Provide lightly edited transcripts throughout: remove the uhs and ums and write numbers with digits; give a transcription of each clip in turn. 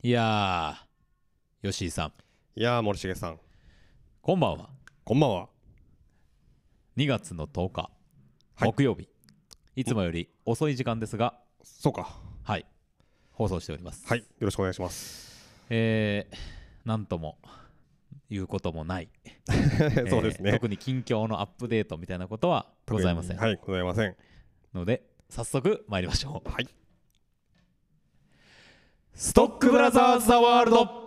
いやー、吉井さん、 いやー、森重さん、 こんばんは。 こんばんは。 2月の10日、 はい木曜日、いつもより遅い時間ですが、 そうか。 はい、放送しております。 はい、よろしくお願いします。 なんとも言うこともない、 そうですね。 特に近況のアップデートみたいなことはございません。 はい、ございません。 ので、早速参りましょう。 はい。 ストックブラザーズ・ザ・ワールド。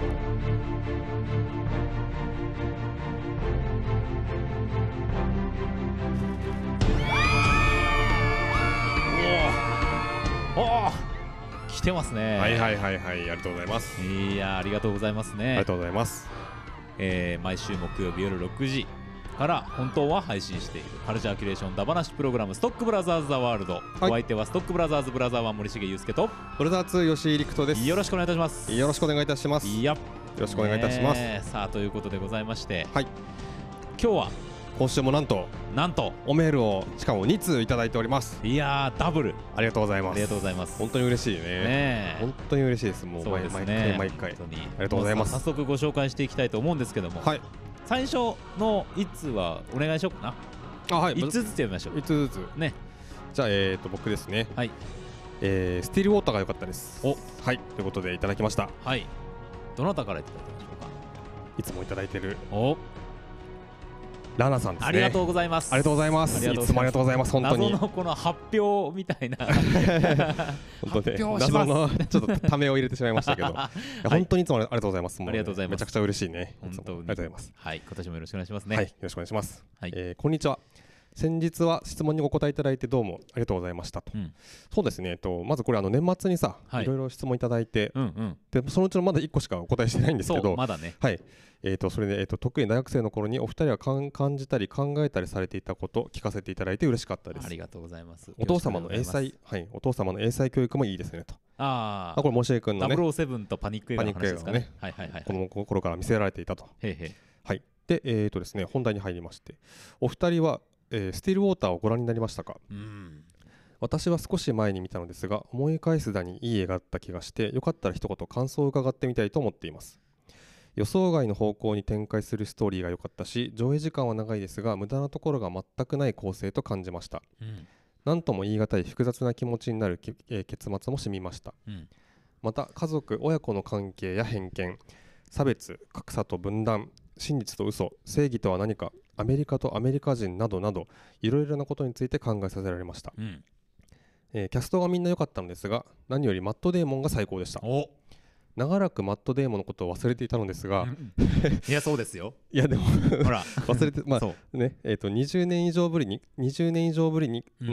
おお、来てますね。 はいはいはいはい、ありがとうございます。 いやー、ありがとうございますね。 ありがとうございます。 毎週木曜日夜6時から本当は配信しているカルチャーキュレーションダバなしプログラムストックブラザーズ・ザ・ワールド、お相手はストックブラザーズブラザー1森重裕介とブラザー2吉井陸斗です。 よろしくお願いいたします。 よろしくお願いいたします。 いや、よろしくお願いいたします。 さあ、ということでございまして、 はい、 今日は今週もなんとおメールをしかも2通いただいております。 いやー、ダブルありがとうございます。 ありがとうございます。 本当に嬉しいね。本当に嬉しいです。もうそうです毎ね、 回毎回本当にありがとうございます。 早速ご紹介していきたいと思うんですけども、 はい、 最初の1通はお願いしようかな。 はい、 1つずつ読みましょう。 1つずつね。 じゃあ僕ですね。 はい。 スティールウォーターが良かったです。 お、 はい、ということでいただきました。 はい。どなたからいただいたでしょうか。 いつもいただいてるお、 ラナさんですね。 ありがとうございます。 ありがとうございます。いつもありがとうございます。本当に謎のこの発表みたいな本当に発表します。 謎のちょっとためを入れてしまいましたけど、本当にいつもありがとうございます。 ありがとうございます。 めちゃくちゃ嬉しいね。 本当にありがとうございます。 はい、今年もよろしくお願いしますね。 はい、よろしくお願いします。 はい、 こんにちは。先日は質問にお答えいただいてどうもありがとうございましたと。そうですね。まずこれ年末にさ、いろいろ質問いただいて、でそのうちのまだ1個しかお答えしてないんですけど、 まだね。 はい。それで特に大学生の頃にお二人は感じたり考えたりされていたこと聞かせていただいて嬉しかったです。 ありがとうございます。 お父様の英才、はい、お父様の英才教育もいいですねと。 あ、 これ森重君のね、 007とパニック映画の話ですかね。はいはいはい。 この頃から見せられていたと。はい。でですね、本題に入りまして、お二人はスティールウォーターをご覧になりましたか。私は少し前に見たのですが、思い返すだにいい映画だった気がして、よかったら一言感想を伺ってみたいと思っています。予想外の方向に展開するストーリーが良かったし、上映時間は長いですが無駄なところが全くない構成と感じました。なんとも言い難い複雑な気持ちになる結末も染みました。また家族親子の関係や偏見、差別、格差と分断、真実と嘘、正義とは何か、アメリカとアメリカ人などなどいろいろなことについて考えさせられました。キャストがみんな良かったのですが、何よりマット・デーモンが最高でした。長らくマット・デーモンのことを忘れていたのですが、 いや、そうですよ。 いやでもほら忘れて、まあね、20年以上ぶりに20年以上ぶ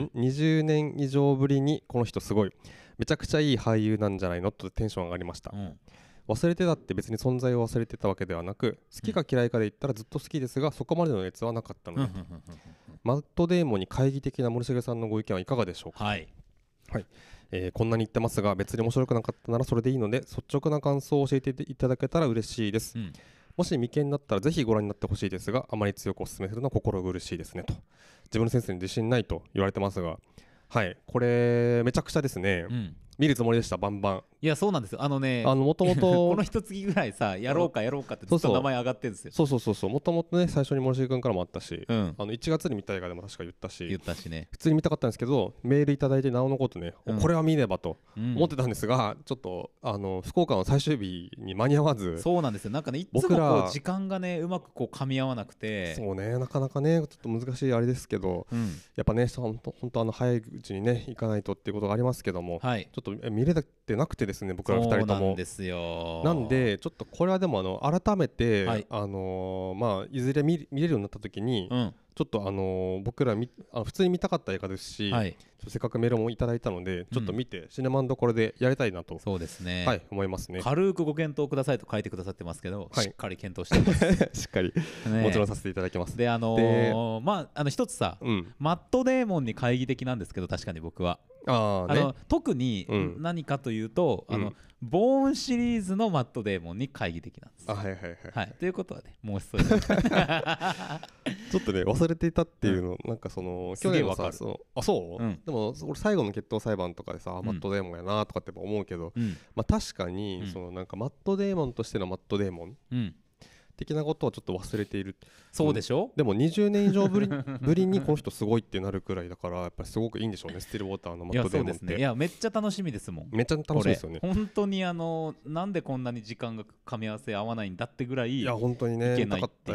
りにこの人すごいめちゃくちゃいい俳優なんじゃないのとテンション上がりました。忘れてたって別に存在を忘れてたわけではなく、好きか嫌いかで言ったらずっと好きですが、そこまでの熱はなかったので、マット・デーモンに懐疑的な森重さんのご意見はいかがでしょうか。はい、こんなに言ってますが別に面白くなかったならそれでいいので、率直な感想を教えていただけたら嬉しいです。もし未見になったらぜひご覧になってほしいですが、あまり強くお勧めするのは心苦しいですねと。自分のセンスに自信ないと言われてますが、はい、これめちゃくちゃですね、見るつもりでした。バンバン。 いや、そうなんですよ。 もともとこの一月ぐらいさ、やろうかってずっと名前上がってるんですよ。 そうもともとね、最初に森重君からもあったし、1月に見た映画でも確か言ったしね、普通に見たかったんですけど、メールいただいてなおのことね、これは見ねばと思ってたんですが、ちょっと福岡の最終日に間に合わず。そうなんですよ。なんかね、いつもこう時間がねうまくこう噛み合わなくて、そうね、なかなかねちょっと難しいあれですけど、やっぱね本当早いうちにね行かないとっていうことがありますけども、ちょっと見れてなくてですね、僕ら2人とも。そうなんですよ。なんでちょっとこれはでも改めて、いずれ見れるようになった時に、ちょっと僕ら普通に見たかった映画ですし、せっかくメールもいただいたのでちょっと見て、シネマンどころでやりたいなと。そうですね、はい、思いますね。軽くご検討くださいと書いてくださってますけど、しっかり検討してますしっかり、もちろんさせていただきます。で一つさ、マット・デーモンに懐疑的なんですけど、確かに僕は特に何かというと、ボーンシリーズのマット・デーモンに懐疑的なんです。ということはね、もう一つちょっとね忘れていたっていうの、なんかその去年はさ、そう、でも俺最後の決闘裁判とかでさ、マットデーモンやなとかって思うけど、まあ確かにそのなんかマットデーモンとしてのマットデーモン的なことをちょっと忘れている。 そうでしょ。 でも20年以上ぶりにこの人すごいってなるくらいだから、やっぱりすごくいいんでしょうね、スティルウォーターのマットデーモンって。 いやめっちゃ楽しみですもん。 めっちゃ楽しみですよね。 本当になんでこんなに時間が噛み合わせ合わないんだってぐらい、 いや本当にね、 いけないっていう。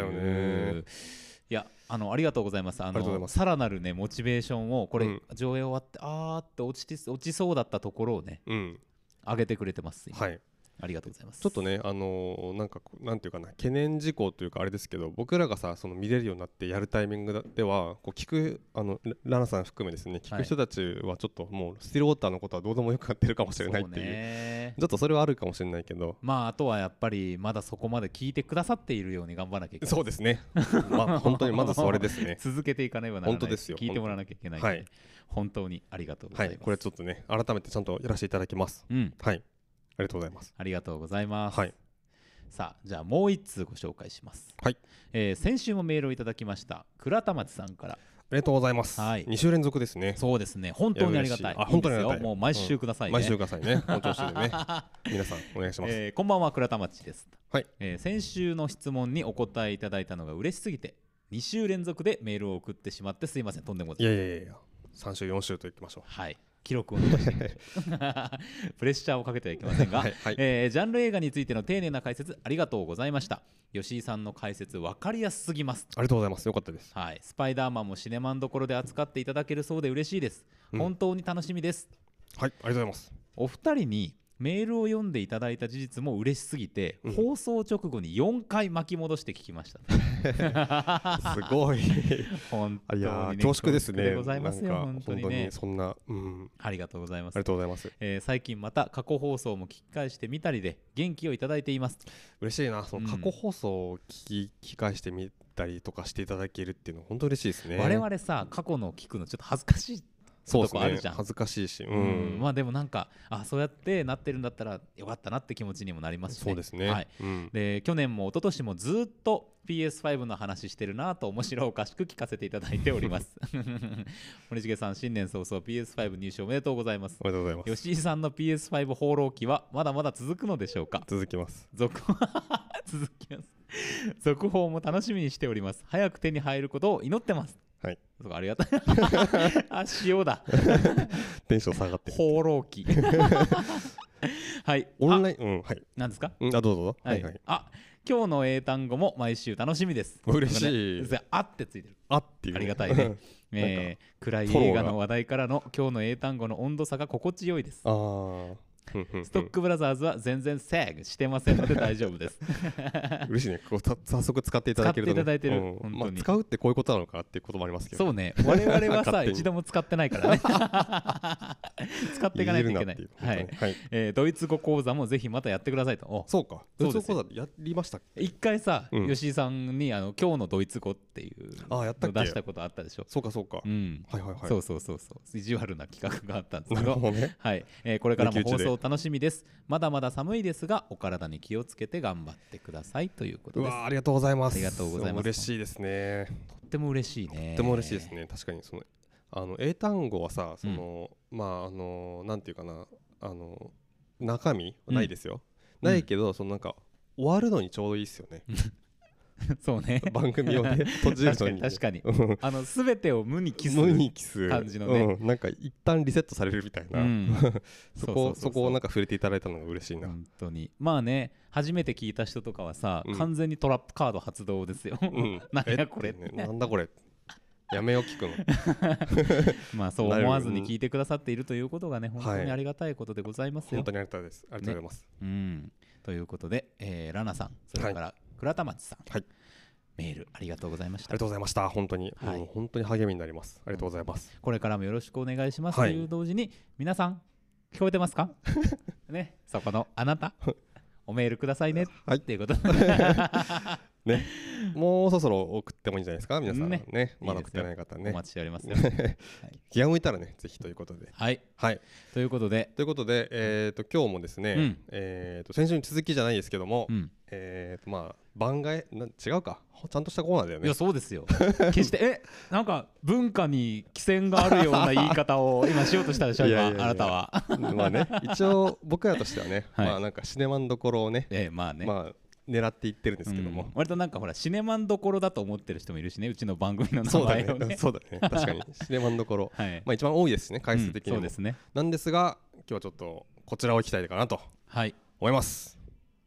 いやありがとうございます。さらなるねモチベーションをこれ、上映終わってって落ちそうだったところをね、上げてくれてます。 はい。 ありがとうございます。 ちょっとねなんかなんていうかな、懸念事項というかあれですけど、僕らがさその見れるようになってやるタイミングではこう聞くラナさん含めですね、聞く人たちはちょっともうスティルウォーターのことはどうでもよくなってるかもしれないっていう、ちょっとそれはあるかもしれないけど、 まああとはやっぱりまだそこまで聞いてくださっているように頑張らなきゃいけない。 そうですね。まあ本当にまずそれですね。 続けていかねばならない。 本当ですよ。 聞いてもらわなきゃいけない。はい。本当にありがとうございます。 はい。これちょっとね改めてちゃんとやらせていただきます。はい。ありがとうございます。 ありがとうございます。 はい。 さあじゃあもう一通ご紹介します。 はい。 先週もメールをいただきました倉田町さんから。 ありがとうございます。はい。2週連続ですね。 そうですね。本当にありがたい。 本当にありがたい。 もう毎週くださいね。 毎週くださいね。本当にね。皆さんお願いします。 こんばんは倉田町です。 はい。 先週の質問にお答えいただいたのが嬉しすぎて2週連続でメールを送ってしまってすいません。とんでもございません。 いや3週4週といきましょう。 はい。記録を伸ばしていきましょう。プレッシャーをかけてはいけませんが、ジャンル映画についての丁寧な解説ありがとうございました。吉井さんの解説分かりやすすぎます。 ありがとうございます。よかったです。 はい、スパイダーマンもシネマンどころで扱っていただけるそうで嬉しいです。本当に楽しみです。 はい、ありがとうございます。 お二人にメールを読んでいただいた事実も嬉しすぎて、放送直後に4回巻き戻して聞きました。 すごい。 本当に、ね、 恐縮ですね。 ございますよ。本当にね。 そんな、 ありがとうございます。 ありがとうございます。 最近また過去放送も聞き返してみたりで元気をいただいています。 嬉しいな。その過去放送を聞き返してみたりとかしていただけるっていうのは本当嬉しいですね。 我々さ過去の聞くのちょっと恥ずかしい。 そうですね、恥ずかしいし、 まあでもなんかそうやってなってるんだったらよかったなって気持ちにもなりますしね。 そうですね、 はい。で去年も一昨年もずっと PS5 の話してるなと面白おかしく聞かせていただいております。森重さん新年早々 PS5 入手おめでとうございます。 おめでとうございます。 吉井さんの PS5 放浪記はまだまだ続くのでしょうか。 続きます。 続きます。続報も楽しみにしております。早く手に入ることを祈ってます。 はい。 そうか、ありがたい。塩だ。 テンション下がってる。 放浪記。はい。 オンライン、はい。 何ですか？ どうぞ。 はいはい。今日の英単語も毎週楽しみです。 嬉しい。 あってついてる。 あっていう。 ありがたいね。暗い映画の話題からの今日の英単語の温度差が心地よいです。ストックブラザーズは全然セーグしてませんので大丈夫です。 嬉しいね。早速使っていただけると、ね。 使っていただいてる。本当に。 使うってこういうことなのかっていうこともありますけど。 そうね。我々はさ一度も使ってないからね。使っていかないといけない。はい。ドイツ語講座もぜひまたやってくださいと。 そうか。ドイツ語講座やりましたっけ？ 一回さ吉井さんに今日のドイツ語っていうやったっけ？ 出したことあったでしょ。 そうか。はい。 そう意地悪な企画があったんですけど。はい。これからも放送楽しみです。まだまだ寒いですがお体に気をつけて頑張ってくださいということです。 ありがとうございます。 ありがとうございます。 嬉しいですね。 とっても嬉しいね。 とっても嬉しいですね。確かにその英単語はさその、なんていうかな中身ないですよ。ないけどそのなんか終わるのにちょうどいいですよね。 そうね。 番組をね閉じるのに確かに全てを無に帰す感じのね、 なんか一旦リセットされるみたいな、そこをなんか触れていただいたのが嬉しいな。 本当に。まあね初めて聞いた人とかはさ完全にトラップカード発動ですよ。なんやこれなんだこれやめよ聞くの。 まあそう思わずに聞いてくださっているということがね本当にありがたいことでございますよ。 本当にありがたいです。ありがとうございます。 ということでラナさんそれから倉田町さん、メールありがとうございました。 ありがとうございました。本当に励みになります。ありがとうございます。 これからもよろしくお願いしますという同時に皆さん聞こえてますか？ね、そこのあなたおメールくださいねっていうこと。 ね、もうそろそろ送ってもいいんじゃないですか皆さんね、まだ送ってない方ね、 お待ちしておりますよ。 気が向いたらねぜひということで、 はいということで今日もですね、先週に続きじゃないですけども、まあ番外違うか、ちゃんとしたコーナーだよね。 いやそうですよ。決してなんか文化に寄せがあるような言い方を今しようとしたでしょ今あなたは。 まあね、一応僕らとしてはね、まあなんかシネマンどころをね、 まあね、 狙っていってるんですけども、 割となんかほらシネマンどころだと思ってる人もいるしね、うちの番組の名前をね。 そうだね確かにシネマンどころ、まあ一番多いですしね、回数的にも。 そうですね。 なんですが今日はちょっとこちらをいきたいかなと思います。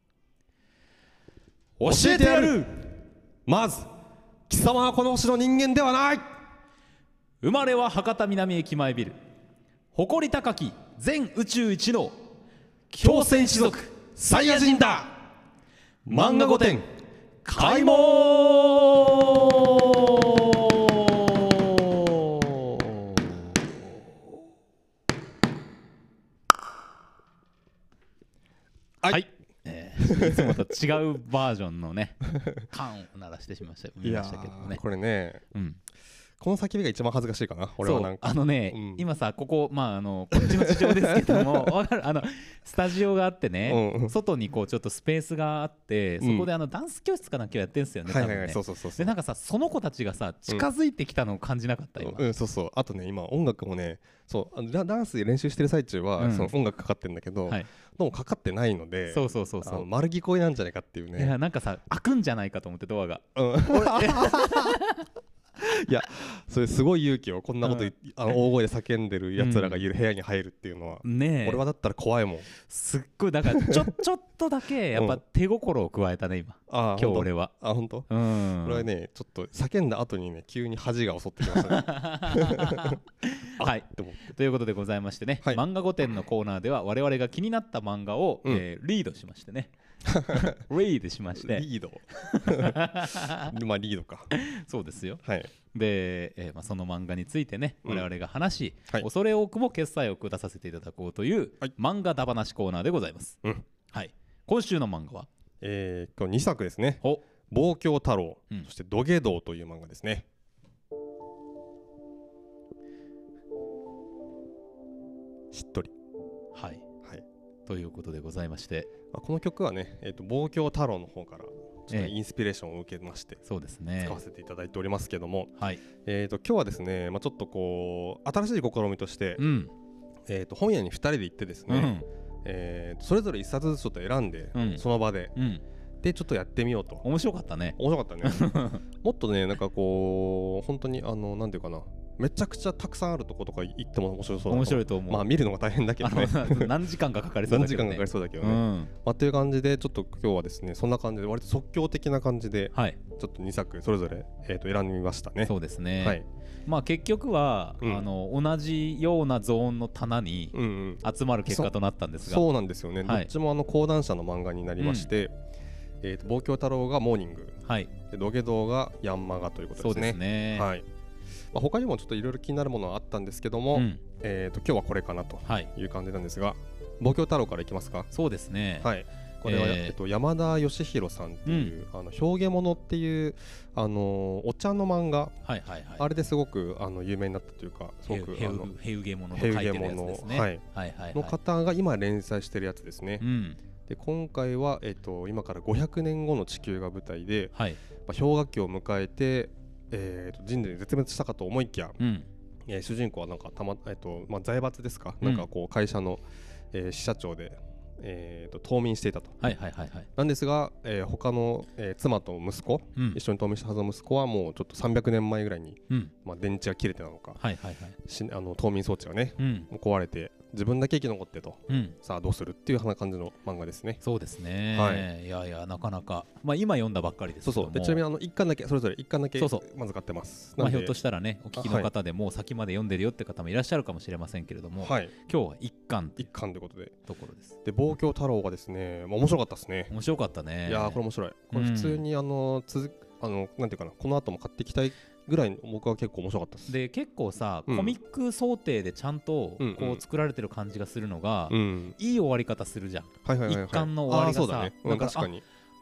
教えてやる。まず貴様はこの星の人間ではない。 生まれは博多南駅前ビル、誇り高き全宇宙一の狂戦士族サイヤ人だ。漫画御殿開門。 はい、いつもと違うバージョンのね缶を鳴らしてしまいましたけどね。 これね、この叫びが一番恥ずかしいかな。俺はなんか今さこここっちの地上ですけども分かる、スタジオがあってね、外にこうちょっとスペースがあって、そこでダンス教室かなんかやってんすよね多分ね。でなんかさその子たちがさ近づいてきたのを感じなかった今。 そうあとね今音楽もね、そうダンスで練習してる最中はその音楽かかってるんだけど、どうもかかってないので、丸聞こえなんじゃないかっていうね。 いやなんかさ開くんじゃないかと思ってドアが。 いやそれすごい勇気を、こんなこと大声で叫んでるやつらがいる部屋に入るっていうのは、俺はだったら怖いもん。 すっごいだからちょっとだけやっぱ手心を加えたね今今日俺は。 本当？これはねちょっと叫んだ後にね急に恥が襲ってきましたね。 はいということでございましてね、漫画御殿のコーナーでは我々が気になった漫画をリードしましてねリードしましてリードまあリードかそうですよ。で、その漫画についてね我々が話し、恐れ多くも決済を下させていただこうという漫画だばなしコーナーでございます。今週の漫画は今日2作ですね。望郷太郎、そして土下道という漫画ですね。しっとり。 ということでございまして、 この曲はね、望郷太郎の方からちょっとインスピレーションを受けまして、そうですね、使わせていただいておりますけども、今日はですね、ちょっとこう新しい試みとして、本屋に2人で行ってですね、それぞれ1冊ずつちょっと選んで、その場で、でちょっとやってみようと。 面白かったね。 面白かったね。もっとねなんかこう本当になんていうかな、めちゃくちゃたくさんあるとことか行っても面白そうだと。 面白いと思う。 まあ見るのが大変だけどね。 何時間かかかりそうだけどね。 何時間かかりそうだけどね。っていう感じでちょっと今日はですねそんな感じで割と即興的な感じで、ちょっと2作それぞれ選んでみましたね。 そうですね。まあ結局は同じようなゾーンの棚に集まる結果となったんですが、 そうなんですよね。どっちも講談社の漫画になりまして、望郷太郎がモーニング、で土下道がヤンマガということですね。そうですね。他にもちょっといろいろ気になるものはあったんですけども、今日はこれかなという感じなんですが、望郷太郎からいきますか。 そうですね。 これは、山田義弘さんっていう、表現物っていうお茶の漫画、あれですごく有名になったというか、すごく平芸物の書いてるやつですね。 の方が今連載してるやつですね。で今回は、今から500年後の地球が舞台で、氷河期を迎えて人類絶滅したかと思いきや、主人公はなんか財閥ですか、なんかこう会社の、支社長で、冬眠していたと。なんですが、他の、妻と息子、一緒に冬眠したはずの息子はもうちょっと300年前ぐらいに、電池が切れてなのか、冬眠装置がね、壊れて自分だけ生き残ってと、さあどうするっていう感じの漫画ですね。 そうですね。いやなかなか、今読んだばっかりですけども、 でちなみに1巻だけそれぞれ1巻だけまず買ってます。 ひょっとしたらねお聞きの方でもう先まで読んでるよって方もいらっしゃるかもしれませんけれども、今日は1巻ということでところです。 で望郷太郎がですね面白かったですね。 面白かったね。 いやこれ面白い。これ普通になんていうかな、この後も買っていきたいぐらい僕は結構面白かったです。 で結構さ、コミック想定でちゃんとこう作られてる感じがするのが、いい終わり方するじゃん。一巻の終わりがさ、 確かに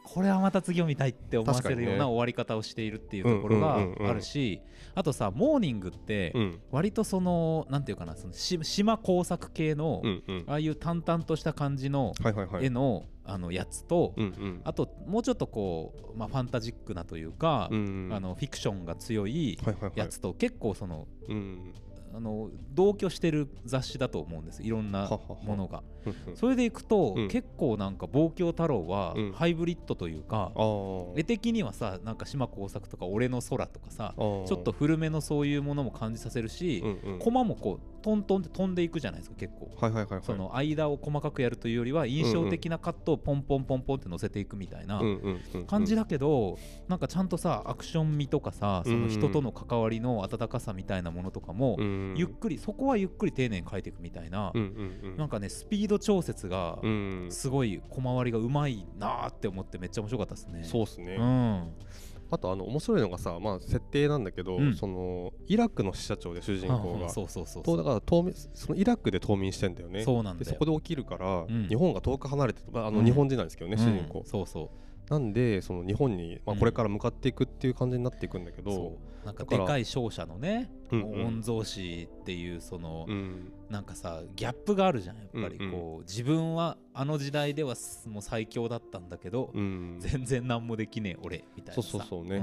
これはまた次を見たいって思わせるような終わり方をしているっていうところがあるし、あとさモーニングって割とそのなんていうかな、その島工作系のああいう淡々とした感じの絵のやつと、あともうちょっとこう、ファンタジックなというか、フィクションが強いやつと結構その、同居してる雑誌だと思うんです、いろんなものが。それでいくと、結構なんか望郷太郎はハイブリッドというか、絵的にはさなんか島耕作とか俺の空とかさ、ちょっと古めのそういうものも感じさせるし、コマもこうトントンって飛んでいくじゃないですか結構。その間を細かくやるというよりは印象的なカットをポンポンポンポンって乗せていくみたいな感じだけど、なんかちゃんとさアクション味とかさ、その人との関わりの温かさみたいなものとかもゆっくり、そこはゆっくり丁寧に描いていくみたいな、なんかねスピード調節がすごい小回りがうまいなって思ってめっちゃ面白かったですね。 そうですね。あと面白いのがさ、設定なんだけど、そのイラクの支社長で主人公が、だからそのイラクで冬眠してんだよね。 そうなんだよ。 でそこで起きるから、日本が遠く離れて、日本人なんですけどね、主人公。なんでその日本に、これから向かっていくっていう感じになっていくんだけど、 なんかでかい商社のね、御曹司っていうその、なんかさギャップがあるじゃんやっぱり。こう自分はあの時代ではもう最強だったんだけど、全然何もできねえ俺みたいなさ。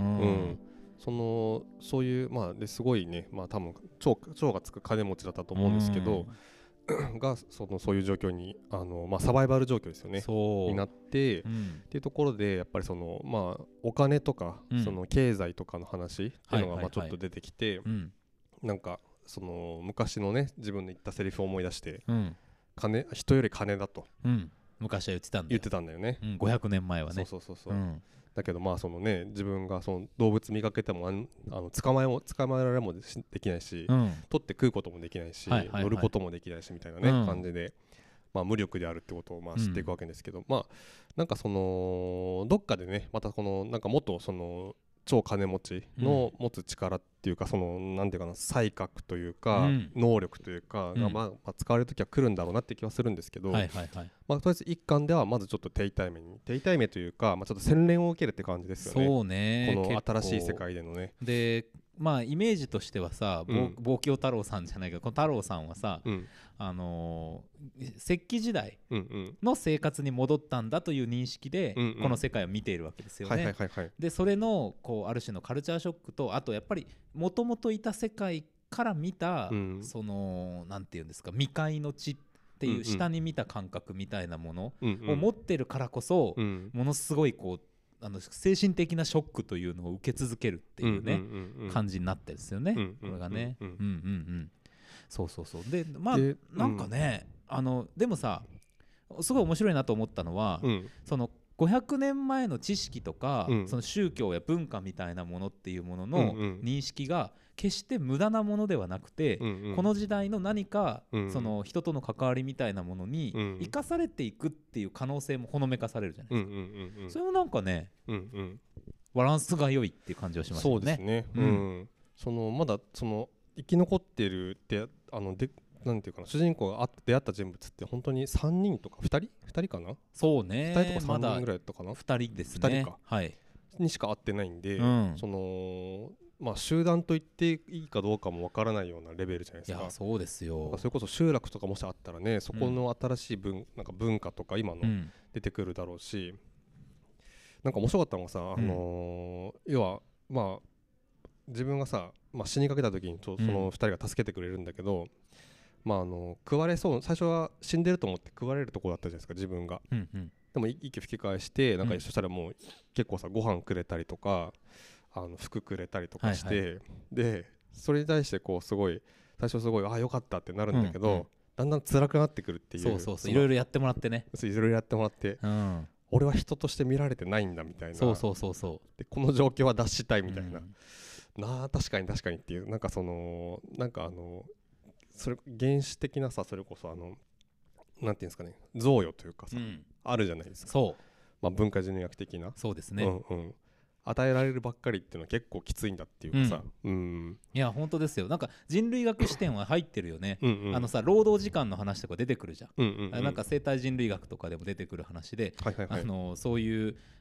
そういうですごいね、多分超がつく金持ちだったと思うんですけど、がそういう状況にサバイバル状況ですよねになって、っていうところでやっぱりそのお金とか、その経済とかの話っていうのがちょっと出てきて、なんかその昔のね自分の言ったセリフを思い出して、人より金だと、 昔は言ってたんだよね。500年前はね。 だけどそのね自分がその動物見かけても捕まえられもできないし、取って食うこともできないし、乗ることもできないしみたいなね、感じで、無力であるってことを知っていくわけですけど、なんかそのどっかでねまたこのなんか元その超金持ちの持つ力っていうか、そのなんていうかな、才覚というか、能力というかが使われる時は来るんだろうなって気はするんですけど、とりあえず一巻ではまずちょっと手痛い目というか、ちょっと洗練を受けるって感じですよね。 そうね、 この新しい世界でのね。 でイメージとしてはさ、望郷太郎さんじゃないけど、この太郎さんはさ、石器時代の生活に戻ったんだという認識でこの世界を見ているわけですよね。でそれのこうある種のカルチャーショックと、あとやっぱりもともといた世界から見た、そのなんていうんですか、未開の地っていう下に見た感覚みたいなものを持ってるからこそ、ものすごいこう精神的なショックというのを受け続けるっていうね感じになってるんですよね、これがね。そうでなんかね、でもさすごい面白いなと思ったのは、その500年前の知識とか、その宗教や文化みたいなものっていうものの認識が決して無駄なものではなくて、この時代の何か、その人との関わりみたいなものに生かされていくっていう可能性もほのめかされるじゃないですか。それもなんかね、バランスが良いっていう感じはしましたね。 そうですね。そのまだその生き残ってるってなんていうかな、主人公が出会った人物って本当に3人とか2人かな。 そうね、 2人とか3人ぐらいだったかな。 2人ですね。 2人か、にしか会ってないんで、その集団と言っていいかどうかもわからないようなレベルじゃないですか。 いやそうですよ。 それこそ集落とかもしあったらね、そこの新しいなんか文化とか今の出てくるだろうし、なんか面白かったのがさ、要は自分がさ、死にかけた時にその2人が助けてくれるんだけど、食われそう、最初は死んでると思って食われるところだったじゃないですか自分が。でも息吹き返してなんか、そしたらもう結構さご飯くれたりとか服くれたりとかして、でそれに対してこうすごい最初すごいよかったってなるんだけど、だんだん辛くなってくるっていう。 いろいろやってもらってね。 いろいろやってもらって、俺は人として見られてないんだみたいな。でこの状況は脱したいみたいな、確かにっていう、なんかそのなんかそれ原始的なさ、それこそなんていうんですかね、贈与というかさ、あるじゃないですか。文化人類学的な。 そうですね。 与えられるばっかりっていうのは結構きついんだっていうかさ、 いや本当ですよ。なんか人類学視点は入ってるよね。さ労働時間の話とか出てくるじゃん。なんか生態人類学とかでも出てくる話で、そういう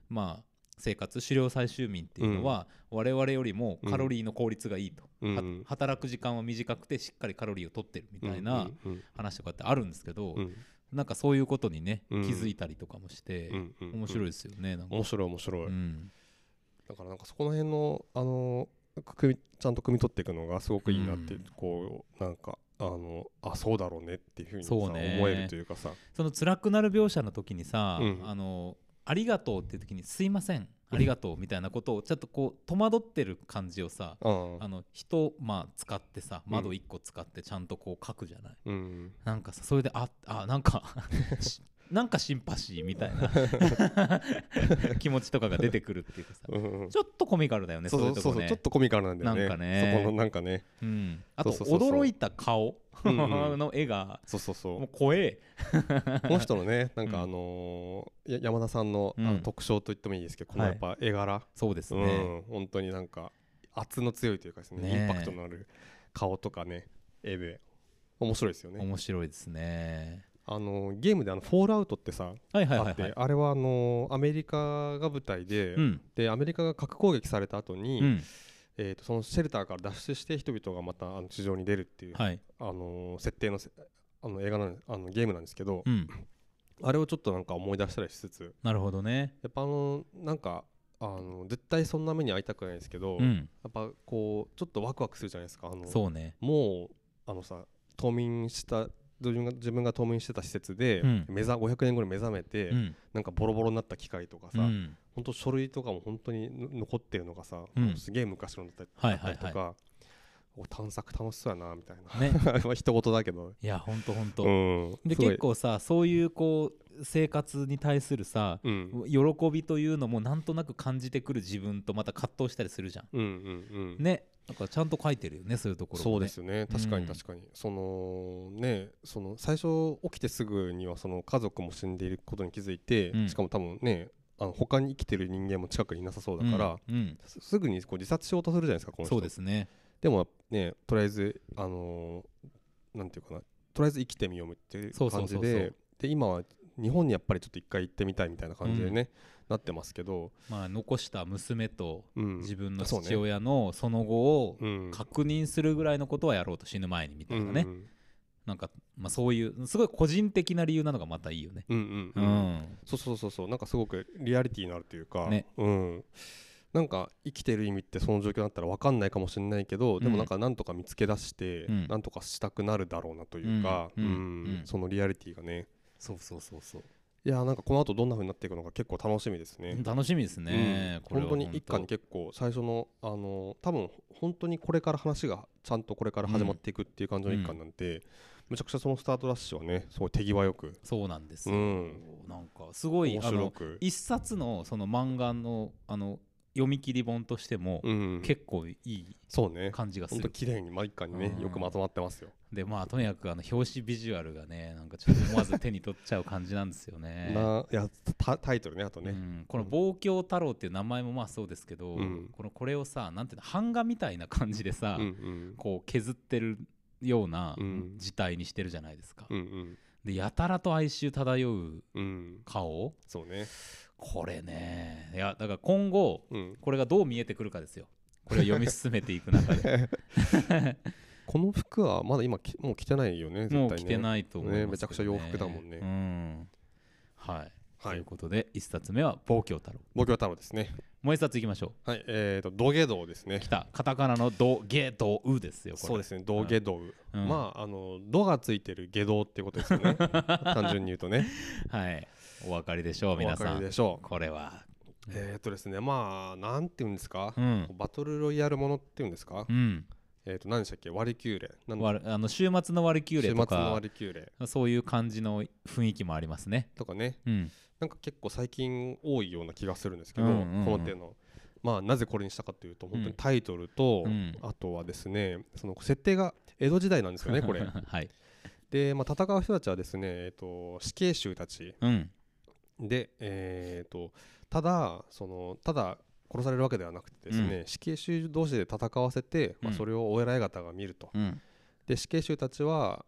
まあ生活狩猟採集民っていうのは、我々よりもカロリーの効率がいいと、働く時間は短くてしっかりカロリーを取ってるみたいな話とかってあるんですけど、なんかそういうことにね気づいたりとかもして面白いですよね。なんか面白い、だからなんかそこの辺のちゃんと汲み取っていくのがすごくいいなって、こうなんかそうだろうねっていうふうにさ思えるというかさ、 その辛くなる描写の時にさ、ありがとうっていう時にすいませんありがとうみたいなことをちょっとこう戸惑ってる感じをさ、人使ってさ窓1個使ってちゃんとこう書くじゃない、なんかさそれでなんかなんかシンパシーみたいな気持ちとかが出てくるっていうかさ、ちょっとコミカルだよね。そういうとこね、 ちょっとコミカルなんだよね。 なんかね、 そこのなんかね、 あと驚いた顔の絵がもう怖えこの人のね、なんか山田さんの特徴と言ってもいいですけど、このやっぱ絵柄、 そうですね、 本当になんか圧の強いというかですね、インパクトのある顔とかね、絵で面白いですよね。 面白いですね。 ゲームでフォールアウトってさ、あって、あれはアメリカが舞台で、でアメリカが核攻撃された後に、そのシェルターから脱出して人々がまた地上に出るっていう、設定の映画ゲームなんですけど、あれをちょっとなんか思い出したりしつつ、 なるほどね。 やっぱなんか絶対そんな目に遭いたくないですけど、やっぱこうちょっとワクワクするじゃないですか。 そうね、もうさ冬眠した自分が冬眠してた施設で、500年後に目覚めて、なんかボロボロになった機械とかさ、本当書類とかも本当に残ってるのがさ、すげえ昔のだったりとか、探索楽しそうやなみたいな、ね、一言だけど、 いやほんとで結構さ、そういうこう生活に対するさ、喜びというのもなんとなく感じてくる自分とまた葛藤したりするじゃん、ね。だからちゃんと書いてるよね、そういうところ、ね、 そうですよね、確かに、その最初起きてすぐにはその家族も死んでいることに気づいて、しかも多分ね他に生きてる人間も近くにいなさそうだから、すぐにこう自殺しようとするじゃないですか、この人。 そうですね。 でもね、とりあえずなんていうかな、とりあえず生きてみようっていう感じで、で今は日本にやっぱりちょっと一回行ってみたいみたいな感じでね、なってますけど、 残した娘と自分の父親のその後を確認するぐらいのことはやろうと、死ぬ前にみたいなね、なんかそういうすごい個人的な理由なのがまたいいよね。そうなんかすごくリアリティのあるというか、なんか生きてる意味ってその状況だったら分かんないかもしれないけど、でもなんとか見つけ出してなんとかしたくなるだろうなというか、そのリアリティがね。そういや、なんかこの後どんな風になっていくのか結構楽しみですね。楽しみですね、 本当に一巻に結構最初の多分本当にこれから話がちゃんとこれから始まっていくっていう感じの一巻なんて、めちゃくちゃそのスタートダッシュはねすごい手際よく。 そうなんですよ、なんかすごい面白く一冊のその漫画の読み切り本としても結構いい感じがする。 本当綺麗に毎巻にねよくまとまってますよ。 でとにかく表紙ビジュアルがね、なんかちょっと思わず手に取っちゃう感じなんですよね。 いやタイトルね、あとね、 この望郷太郎っていう名前もそうですけど、これをさ、なんていうの、版画みたいな感じでさ、こう削ってるような字体にしてるじゃないですか。でやたらと哀愁漂う顔、 そうね、 これね、いやだから今後これがどう見えてくるかですよ、これを読み進めていく中でこの服はまだ今もう着てないよね、絶対ね。もう着てないと思いますけどね、 めちゃくちゃ洋服だもんね。 はい、ということで1冊目は望郷太郎。 望郷太郎ですね。 もう1冊いきましょう。はい、土下道ですね。 来た、カタカナの土下道ですよ、これ。 そうですね、土下道。土がついてる下道っていうことですよね単純に言うとね。 はい、お分かりでしょう皆さん。お分かりでしょう。これはですね、なんていうんですか、バトルロイヤルものっていうんですか、何でしたっけ、ワリキューレ、 週末のワリキューレとか、そういう感じの雰囲気もありますね。 とかね、なんか結構最近多いような気がするんですけど、この手のなぜこれにしたかというと、本当にタイトルと、あとはですね、その設定が江戸時代なんですよねこれで、戦う人たちはですね、死刑囚たち、で、ただ殺されるわけではなくてですね、死刑囚同士で戦わせて、それをお偉い方が見ると。で死刑囚たちは、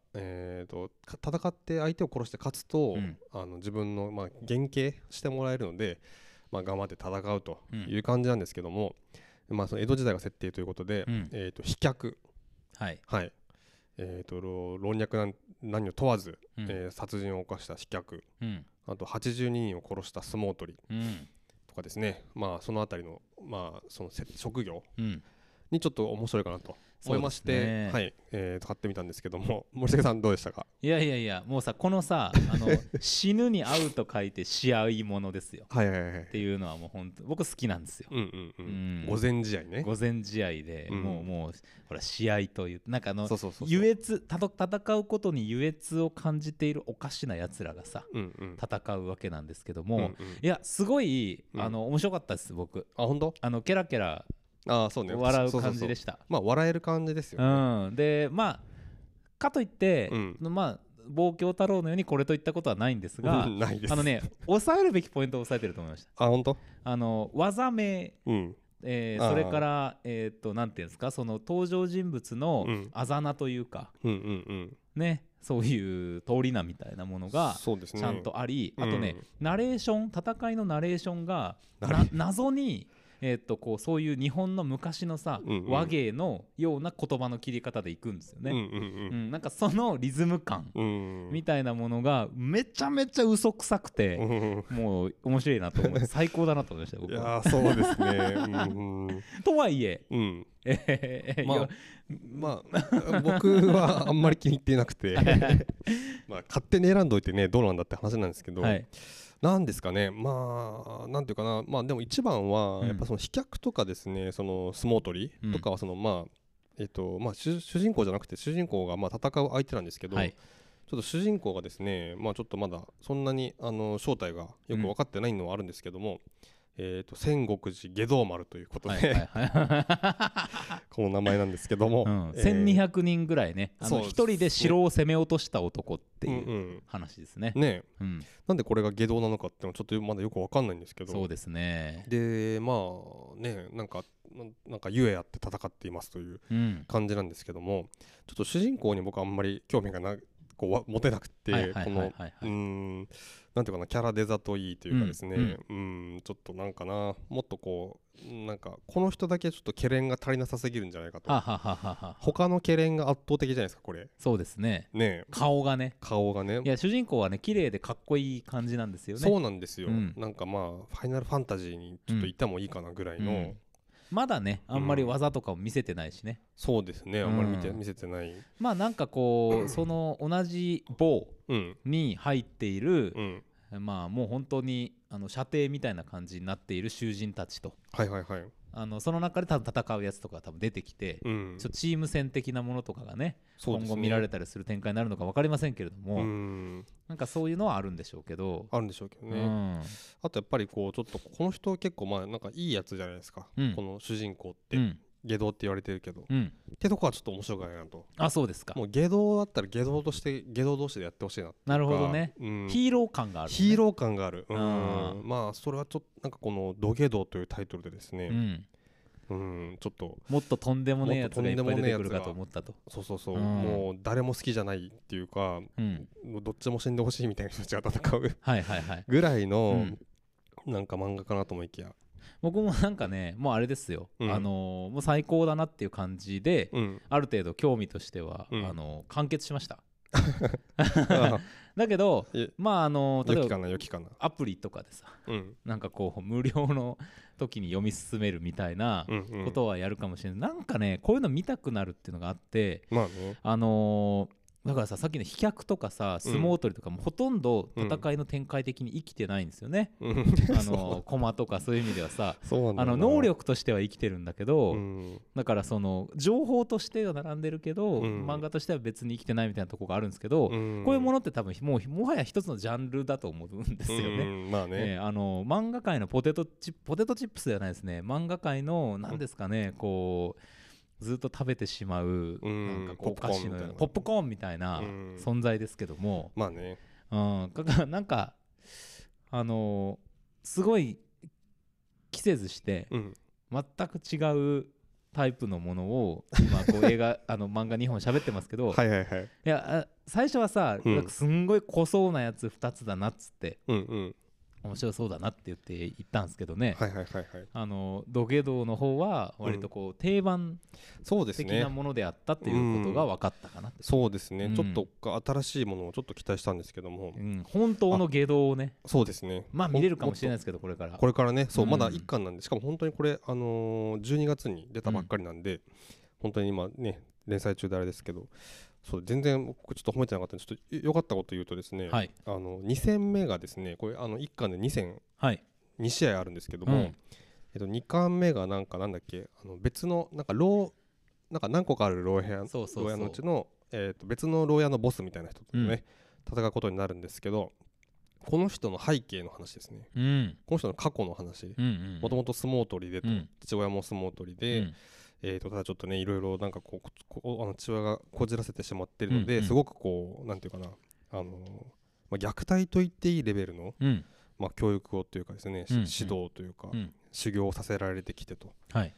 戦って相手を殺して勝つと、自分の減刑してもらえるので、 まあ、頑張って戦うという感じなんですけども、まあ、その江戸時代が設定ということで、飛脚、はいはい、老若男女問わず、殺人を犯した飛脚、あと82人を殺した相撲取り、とかですね、まあ、そのあたりの、まあ、その職業にちょっと面白いかなと思いまして、はい、買ってみたんですけども、森重さんどうでしたか？ いやもうさ、このさ死ぬに会うと書いて試合ものですよっていうのはもう本当僕好きなんですよ。 御前試合ね。 御前試合で、もうほら試合というなんか優越戦うことに優越を感じているおかしなやつらがさ、戦うわけなんですけども、いやすごい面白かったです僕。 あ、本当？ ケラケラそうね、 笑う感じでした。 まあ笑える感じですよね。 でまあかといって、まあ望郷太郎のようにこれといったことはないんですがないです。 抑えるべきポイントを抑えてると思いました。 あ、本当？ 技名、それからなんていうんですか、その登場人物のあざなというか、ね、そういう通り名みたいなものがちゃんとあり、あとね、ナレーション、戦いのナレーションが謎にこうそういう日本の昔のさ、和芸のような言葉の切り方でいくんですよね。なんかそのリズム感みたいなものがめちゃめちゃ嘘くさくて、もう面白いなと思って最高だなと思いました僕は。 いやそうですね。 とはいえ、 まあ僕はあんまり気に入っていなくてまあ勝手に選んどいてねどうなんだって話なんですけど、なんですかね、まあなんていうかな、まあでも一番はやっぱその飛脚とかですね、その相撲取りとかはそのまあ主人公じゃなくて主人公がまあ戦う相手なんですけど、ちょっと主人公がですね、まあちょっとまだそんなに正体がよく分かってないのはあるんですけども、千石寺下道丸ということでこの名前なんですけども、 1200人ぐらいね、一人で城を攻め落とした男っていう話ですね。 なんでこれが下道なのかっていうのはちょっとまだよく分かんないんですけど、 そうですね。 でまあね、なんかゆえあって戦っていますという感じなんですけども、ちょっと主人公に僕はあんまり興味がこう持てなくて、このなんていうかな、キャラデザといいというかですね、ちょっとなんかな、もっとこうなんかこの人だけちょっとケレンが足りなさすぎるんじゃないかと。他のケレンが圧倒的じゃないですかこれ。 そうですね。顔がね。いや主人公はね綺麗でかっこいい感じなんですよね。 そうなんですよ。なんかまあファイナルファンタジーにちょっといてもいいかなぐらいの。 まだねあんまり技とかも見せてないしね。 そうですね、あんまり見せてない。 まあなんかこうその同じ棒に入っている、まあもう本当に射程みたいな感じになっている囚人たちと、その中で多分戦うやつとか多分出てきて、ちょっとチーム戦的なものとかがね今後見られたりする展開になるのか分かりませんけれども、なんかそういうのはあるんでしょうけどね。あとやっぱりこうちょっとこの人結構まあなんかいいやつじゃないですか、この主人公って。下道って言われてるけど、ってとこはちょっと面白くないなと。 あ、そうですか。 もう下道だったら下道として下道同士でやってほしいなっていうか。 なるほどね。ヒーロー感がある、 ヒーロー感がある。まあそれはちょっとなんかこの土下道というタイトルでですね、ちょっともっととんでもねえやつがいっぱい出てくるかと思ったと。 そうもう誰も好きじゃないっていうか、どっちも死んでほしいみたいな人たちが戦うぐらいのなんか漫画かなと思いきや、 僕もなんかねもうあれですよ、もう最高だなっていう感じで、ある程度興味としては、完結しましただけどまあ例えばアプリとかでさ、なんかこう無料の時に読み進めるみたいなことはやるかもしれない。なんかねこういうの見たくなるっていうのがあって、だからさっきの飛脚とかさ相撲取りとかもほとんど戦いの展開的に生きてないんですよね。駒とかそういう意味ではさ能力としては生きてるんだけど、だからその情報としては並んでるけど、漫画としては別に生きてないみたいなところがあるんですけど、こういうものって多分もはや一つのジャンルだと思うんですよね。漫画界のポテトチップスではないですね。漫画界の何ですかね、こうずっと食べてしまうなんかこうお菓子のようなポップコーンみたいな存在ですけども、 まあね、 なんかすごい季節して全く違うタイプのものを今こう映画漫画2本喋ってますけど、いや最初はさすんごい濃そうなやつ2つだなっつって面白そうだなって言って行ったんですけどね、 はいはいはいはい、 土下道の方は割とこう定番的なものであったっていうことが分かったかなって、 そうですね、ちょっと新しいものをちょっと期待したんですけども、 本当の下道をね、 そうですね、 まあ見れるかもしれないですけど、これからね、そう、まだ1巻なんで、しかも本当にこれ12月に出たばっかりなんで、本当に今ね連載中であれですけど、そう全然僕ちょっと褒めてなかったんで、ちょっと良かったこと言うとですね、 はい、 2戦目がですね、これ1巻で2戦、 はい、 2試合あるんですけども、2巻目がなんだっけ、別のなんか何個かある牢屋のうちの別の牢屋のボスみたいな人とね、戦うことになるんですけど、この人の背景の話ですね、この人の過去の話、もともと相撲取りでと、父親も相撲取りで、ただちょっとねいろいろなんかこう父親がこじらせてしまっているので、すごくこうなんていうかな、虐待と言っていいレベルの、教育をというかですね、指導というか、修行をさせられてきてと、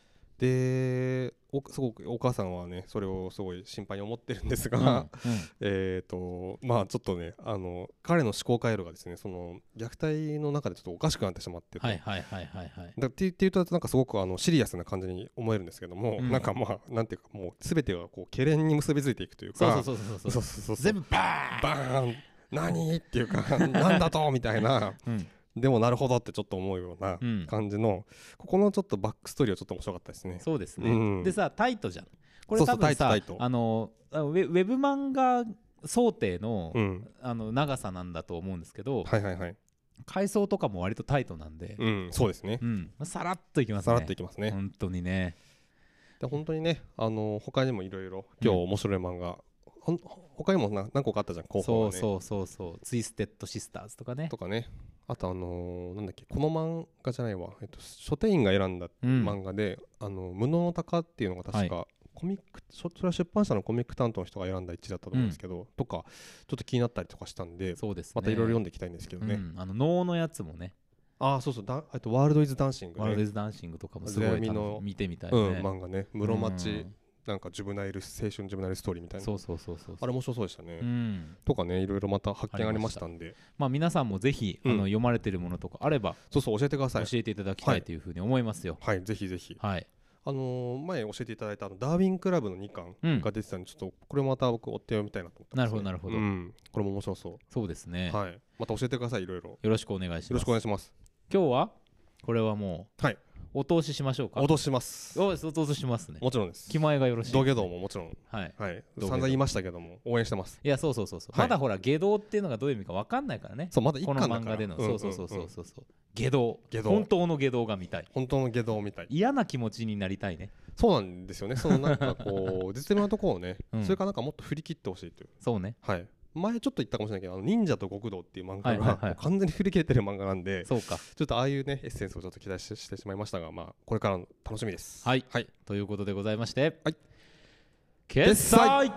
ですごくお母さんはねそれをすごい心配に思ってるんですが、まあちょっとね彼の思考回路がですね、その虐待の中でちょっとおかしくなってしまってと、っていうとなんかすごくシリアスな感じに思えるんですけども、なんかまあなんていうかもう全てがこうけれんに結びついていくというか、 全部バーン何っていうかなんだとみたいな、でもなるほどってちょっと思うような感じの、ここのちょっとバックストーリーはちょっと面白かったですね。 そうですね、でさタイトじゃんこれ多分さ、ウェブ漫画想定の、長さなんだと思うんですけど、回想とかも割とタイトなんで、 そうですね、 さらっといきますね。 さらっといきますね、 本当にね。 で本当にね他にもいろいろ今日面白い漫画、他にも何個かあったじゃん候補がね。 そうツイステッドシスターズとかねあとなんだっけ、この漫画じゃないわ、書店員が選んだ漫画で、無能の鷹っていうのが確か、コミックそれは出版社のコミック担当の人が選んだ1だったと思うんですけど、とかちょっと気になったりとかしたんで、またいろいろ読んでいきたいんですけどね。 能のやつもね、 ワールドイズダンシングね、 ワールドイズダンシングとかもすごい見てみたいね、 漫画ね、室町なんか青春ジュブナイルストーリーみたいな、あれ面白そうでしたね、とかね、いろいろまた発見ありましたんで、 皆さんもぜひ読まれてるものとかあれば教えてください、 教えていただきたいというふうに思いますよ。 ぜひぜひ。前教えていただいたダーウィンクラブの2巻が出てたんで、ちょっとこれまた僕追って読みたいなと思ってます。 なるほど、 これも面白そう。 そうですね、 また教えてください、いろいろよろしくお願いします。 よろしくお願いします。 今日はこれはもうお通ししましょうか。 お通しします。 お通ししますね。 もちろんです。 気前がよろしい。 土下道ももちろん。散々言いましたけども応援してます。 いやそう、まだほら下道っていうのがどういう意味か分かんないからね。 そう、まだ一巻だから。この漫画での下道、本当の下道が見たい。 本当の下道を見たい。 嫌な気持ちになりたいね。 そうなんですよね。そのなんかこう絶妙なところをね、それからなんかもっと振り切ってほしいという。 そうね。 前ちょっと言ったかもしれないけど、忍者と極道っていう漫画が完全に振り切れてる漫画なんで、ちょっとああいうねエッセンスをちょっと期待してしまいましたが、これからの楽しみです。 ということでございまして、決済。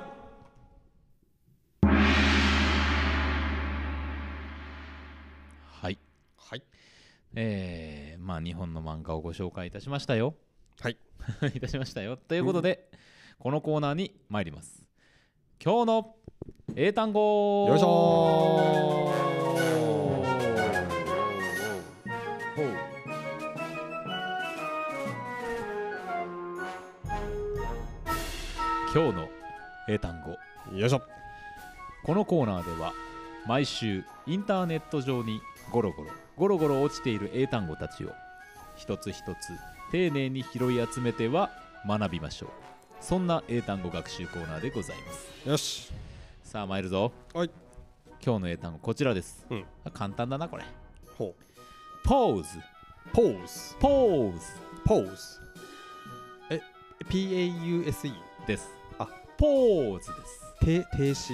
日本の漫画をご紹介いたしましたよ。いたしましたよ。ということで、このコーナーに参ります。今日の英単語。 よいしょ今日の英単語。 よいしょ。 このコーナーでは毎週インターネット上にゴロゴロ落ちている英単語たちを一つ一つ丁寧に拾い集めては学びましょう。そんな英単語学習コーナーでございます。 よし、 さあ参るぞ。今日の英単語こちらです。簡単だなこれ。ポーズ。 PAUSE です。ポーズです。 停止。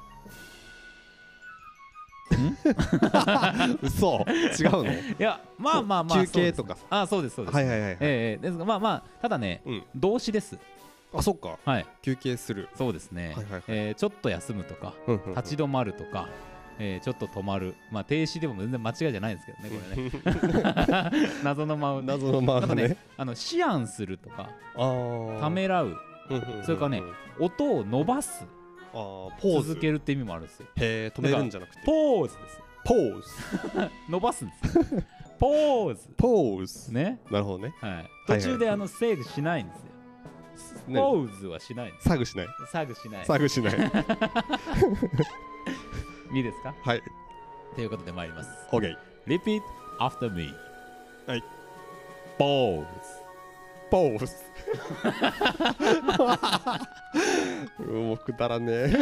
嘘、違うの？いや、 休憩とか。 そうです。ですがただね、動詞です。 そっか。休憩する。 そうですね。ちょっと休むとか、立ち止まるとか、ちょっと止まる。停止でも全然間違いじゃないんですけどね、これね。謎の間をね。思案するとか、ためらう。それからね、音を伸ばす。続けるって意味もあるんですよ。 止めるんじゃなくて。 ポーズです。 ポーズ伸ばすんですよポーズね。なるほどね。 途中でセーグしないんですよ。ポーズはしないんです。 サグしない。 いいですか？ はい。 ということで参ります。 OK。 Repeat after me。 はい。 ポーズ。 もうくだらねえ。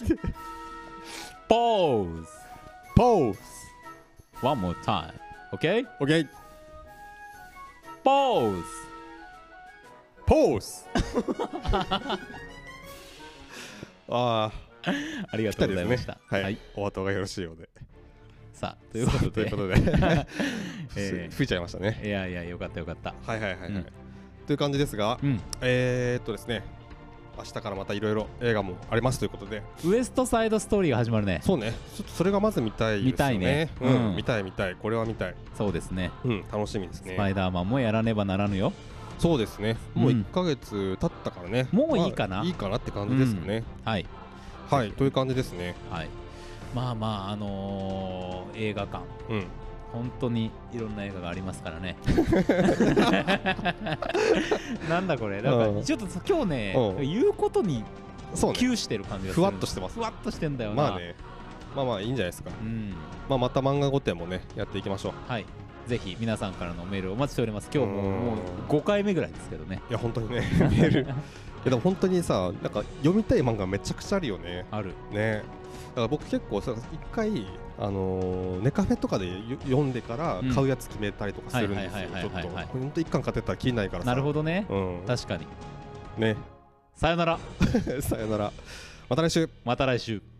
ポーズ。One more time. OK？ ポーズ。ありがとうございました。 はい。お後がよろしいようで。 さあ、ということで吹いちゃいましたね。 いやよかった。 はいという感じですが、ですね、明日からまたいろいろ映画もありますということで、 ウエストサイドストーリーが始まるね。 そうね、ちょっとそれがまず見たいですよね。見たいね。見たい、これは見たい。 そうですね。 楽しみですね。 スパイダーマンもやらねばならぬよ。 そうですね。もう1ヶ月経ったからね。 もういいかな。 いいかなって感じですかね。 はい、 という感じですね。 はい。まあ映画館、本当にいろんな映画がありますからね。なんだこれ、なんかちょっと今日ね、言うことに窮してる感じがする。 ふわっとしてます。 ふわっとしてんだよな。 まあいいんじゃないですか。また漫画御殿もねやっていきましょう。 はい。ぜひ皆さんからのメールをお待ちしております。今日もう5回目ぐらいですけどね。 いや本当にねメール。でも本当にさ、なんか読みたい漫画めちゃくちゃあるよね。 あるね。だから僕結構さ、一回ネカフェとかで読んでから買うやつ決めたりとかするんですよ。ちょっと本当一巻買ってたら切れないからさ。 なるほどね。確かに。 ね。 さよなら。 さよなら。また来週。